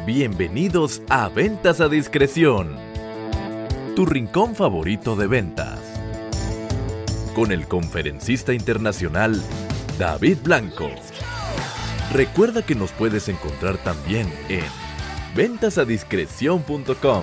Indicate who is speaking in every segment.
Speaker 1: Bienvenidos a Ventas a Discreción, tu rincón favorito de ventas, con el conferencista internacional David Blanco. Recuerda que nos puedes encontrar también en ventasadiscreción.com.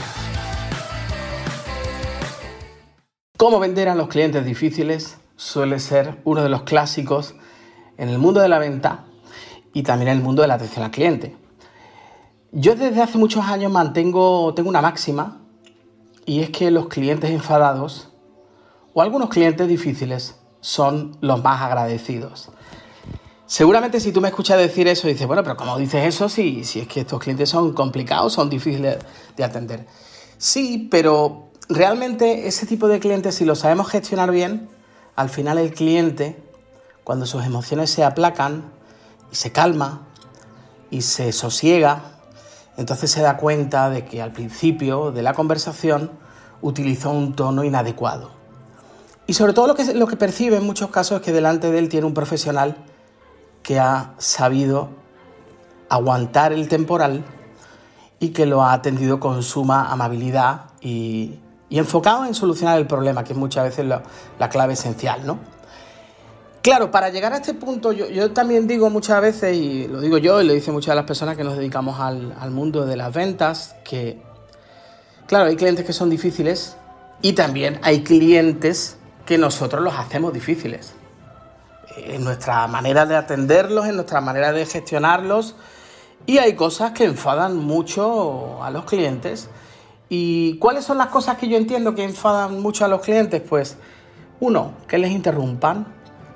Speaker 2: Cómo vender a los clientes difíciles suele ser uno de los clásicos en el mundo de la venta y también en el mundo de la atención al cliente. Yo desde hace muchos años tengo una máxima, y es que los clientes enfadados o algunos clientes difíciles son los más agradecidos. Seguramente si tú me escuchas decir eso, dices, bueno, pero ¿cómo dices eso si es que estos clientes son complicados, son difíciles de atender? Sí, pero realmente ese tipo de clientes, si lo sabemos gestionar bien, al final el cliente, cuando sus emociones se aplacan y se calma y se sosiega, entonces se da cuenta de que al principio de la conversación utilizó un tono inadecuado. Y sobre todo lo que percibe en muchos casos es que delante de él tiene un profesional que ha sabido aguantar el temporal y que lo ha atendido con suma amabilidad y enfocado en solucionar el problema, que es muchas veces la clave esencial, ¿no? Claro, para llegar a este punto, yo también digo muchas veces, y lo digo yo y lo dicen muchas de las personas que nos dedicamos al mundo de las ventas, que, claro, hay clientes que son difíciles y también hay clientes que nosotros los hacemos difíciles. En nuestra manera de atenderlos, en nuestra manera de gestionarlos, y hay cosas que enfadan mucho a los clientes. ¿Y cuáles son las cosas que yo entiendo que enfadan mucho a los clientes? Pues, 1, que les interrumpan.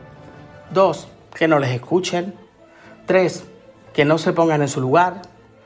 Speaker 2: 2, que no les escuchen. 3, que no se pongan en su lugar.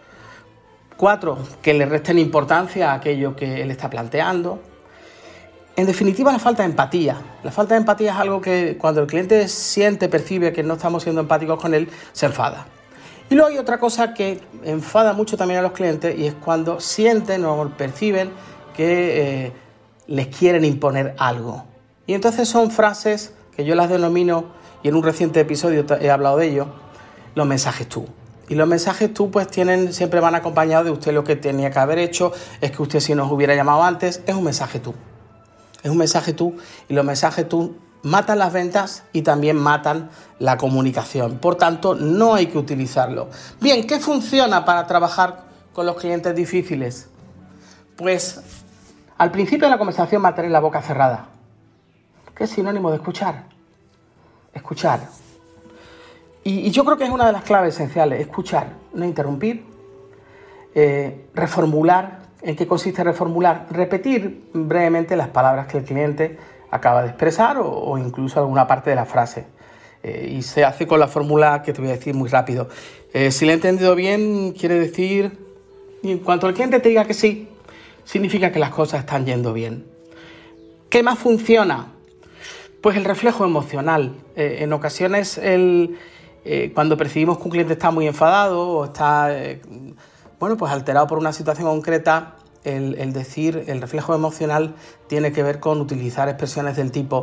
Speaker 2: 4, que le resten importancia a aquello que él está planteando. En definitiva, la falta de empatía. La falta de empatía es algo que cuando el cliente percibe que no estamos siendo empáticos con él, se enfada. Y luego hay otra cosa que enfada mucho también a los clientes, y es cuando sienten o perciben que les quieren imponer algo. Y entonces son frases que yo las denomino, y en un reciente episodio he hablado de ello, los mensajes tú. Y los mensajes tú pues siempre van acompañados de usted lo que tenía que haber hecho, es que usted si nos hubiera llamado antes, es un mensaje tú. Es un mensaje tú, y los mensajes tú matan las ventas y también matan la comunicación. Por tanto, no hay que utilizarlo. Bien, ¿qué funciona para trabajar con los clientes difíciles? Pues al principio de la conversación mantener la boca cerrada, que es sinónimo de escuchar. Escuchar. Y yo creo que es una de las claves esenciales. Escuchar, no interrumpir. Reformular. ¿En qué consiste reformular? Repetir brevemente las palabras que el cliente acaba de expresar o incluso alguna parte de la frase. Y se hace con la fórmula que te voy a decir muy rápido. Si lo he entendido bien, quiere decir, y en cuanto el cliente te diga que sí, significa que las cosas están yendo bien. ¿Qué más funciona? Pues el reflejo emocional. En ocasiones, cuando percibimos que un cliente está muy enfadado o está pues alterado por una situación concreta, el reflejo emocional tiene que ver con utilizar expresiones del tipo: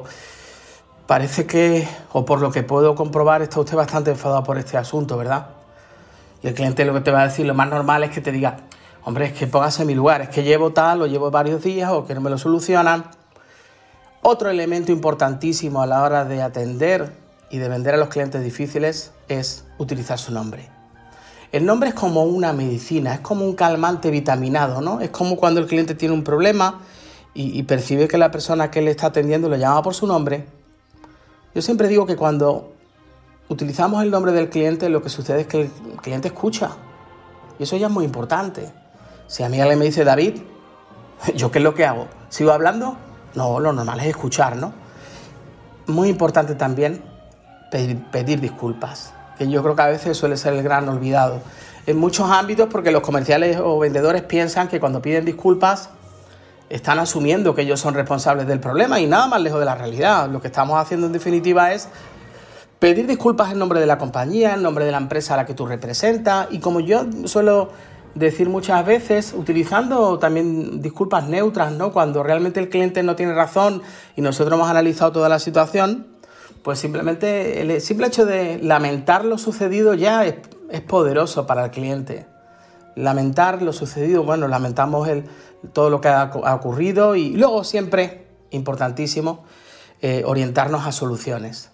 Speaker 2: parece que, o por lo que puedo comprobar, está usted bastante enfadado por este asunto, ¿verdad? Y el cliente lo que te va a decir, lo más normal es que te diga: hombre, es que póngase en mi lugar, es que llevo tal, o llevo varios días, o que no me lo solucionan. Otro elemento importantísimo a la hora de atender y de vender a los clientes difíciles es utilizar su nombre. El nombre es como una medicina, es como un calmante vitaminado, ¿no? Es como cuando el cliente tiene un problema y percibe que la persona que le está atendiendo lo llama por su nombre. Yo siempre digo que cuando utilizamos el nombre del cliente, lo que sucede es que el cliente escucha. Y eso ya es muy importante. Si a mí alguien me dice David, ¿yo qué es lo que hago? ¿Sigo hablando? No, lo normal es escuchar, ¿no? Muy importante también pedir disculpas, que yo creo que a veces suele ser el gran olvidado. En muchos ámbitos, porque los comerciales o vendedores piensan que cuando piden disculpas están asumiendo que ellos son responsables del problema, y nada más lejos de la realidad. Lo que estamos haciendo en definitiva es pedir disculpas en nombre de la compañía, en nombre de la empresa a la que tú representas, y como yo suelo decir muchas veces, utilizando también disculpas neutras, ¿no? Cuando realmente el cliente no tiene razón y nosotros hemos analizado toda la situación, pues simplemente el simple hecho de lamentar lo sucedido ya es poderoso para el cliente. lamentar lo sucedido, bueno, lamentamos todo lo que ha ocurrido y luego siempre, importantísimo, orientarnos a soluciones.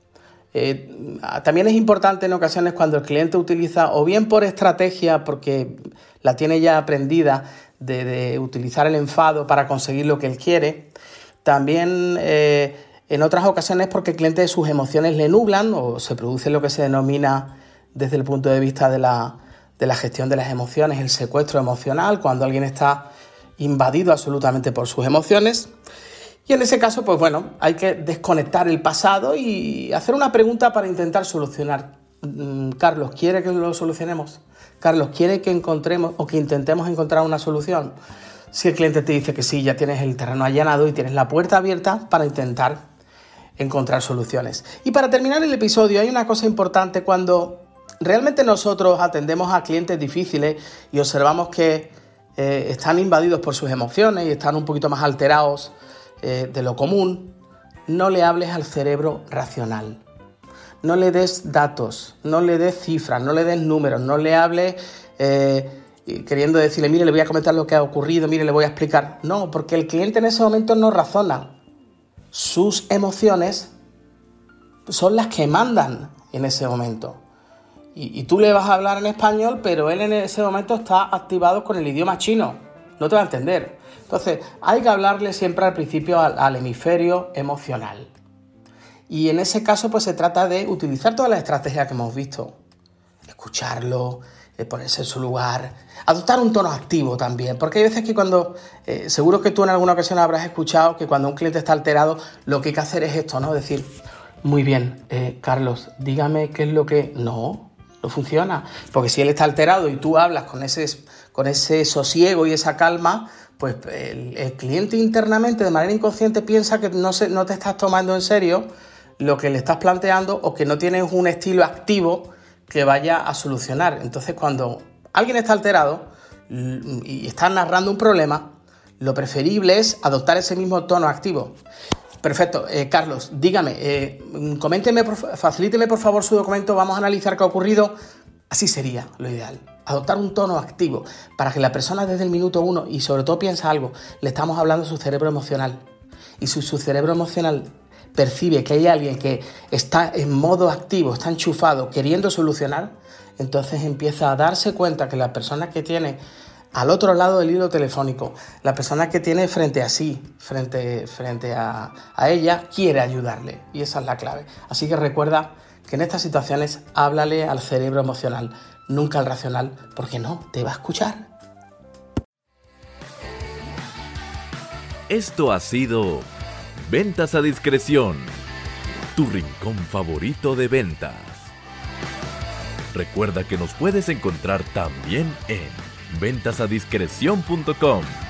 Speaker 2: También es importante en ocasiones cuando el cliente utiliza, o bien por estrategia, porque la tiene ya aprendida, de utilizar el enfado para conseguir lo que él quiere, también en otras ocasiones porque el cliente sus emociones le nublan o se produce lo que se denomina desde el punto de vista de la gestión de las emociones, el secuestro emocional, cuando alguien está invadido absolutamente por sus emociones. Y en ese caso, pues bueno, hay que desconectar el pasado y hacer una pregunta para intentar solucionar. Carlos, ¿quiere que lo solucionemos? Carlos, ¿quiere que encontremos o que intentemos encontrar una solución? Si el cliente te dice que sí, ya tienes el terreno allanado y tienes la puerta abierta para intentar encontrar soluciones. Y para terminar el episodio, hay una cosa importante cuando realmente nosotros atendemos a clientes difíciles y observamos que están invadidos por sus emociones y están un poquito más alterados de lo común. No le hables al cerebro racional. No le des datos, no le des cifras, no le des números, no le hables queriendo decirle, mire, le voy a comentar lo que ha ocurrido, mire, le voy a explicar. No, porque el cliente en ese momento no razona. Sus emociones son las que mandan en ese momento. Y tú le vas a hablar en español, pero él en ese momento está activado con el idioma chino. No te va a entender. Entonces, hay que hablarle siempre al principio al hemisferio emocional. Y en ese caso, pues se trata de utilizar todas las estrategias que hemos visto. Escucharlo, ponerse en su lugar, adoptar un tono activo también. Porque hay veces que cuando, seguro que tú en alguna ocasión habrás escuchado que cuando un cliente está alterado, lo que hay que hacer es esto, ¿no? Decir, muy bien, Carlos, dígame qué es lo que... No funciona. Porque si él está alterado y tú hablas con ese sosiego y esa calma, pues el cliente internamente, de manera inconsciente, piensa que no te estás tomando en serio lo que le estás planteando o que no tienes un estilo activo que vaya a solucionar. Entonces, cuando alguien está alterado y está narrando un problema, lo preferible es adoptar ese mismo tono activo. Perfecto. Carlos, dígame, coménteme, facilíteme por favor su documento, vamos a analizar qué ha ocurrido. Así sería lo ideal. Adoptar un tono activo para que la persona desde el minuto 1, y sobre todo piensa algo, le estamos hablando a su cerebro emocional. Y si su cerebro emocional percibe que hay alguien que está en modo activo, está enchufado, queriendo solucionar, entonces empieza a darse cuenta que la persona que tiene al otro lado del hilo telefónico, la persona que tiene frente a ella, quiere ayudarle. Y esa es la clave. Así que recuerda que en estas situaciones háblale al cerebro emocional, nunca al racional, porque no te va a escuchar.
Speaker 1: Esto ha sido Ventas a Discreción, tu rincón favorito de ventas. Recuerda que nos puedes encontrar también en ventasadiscreción.com.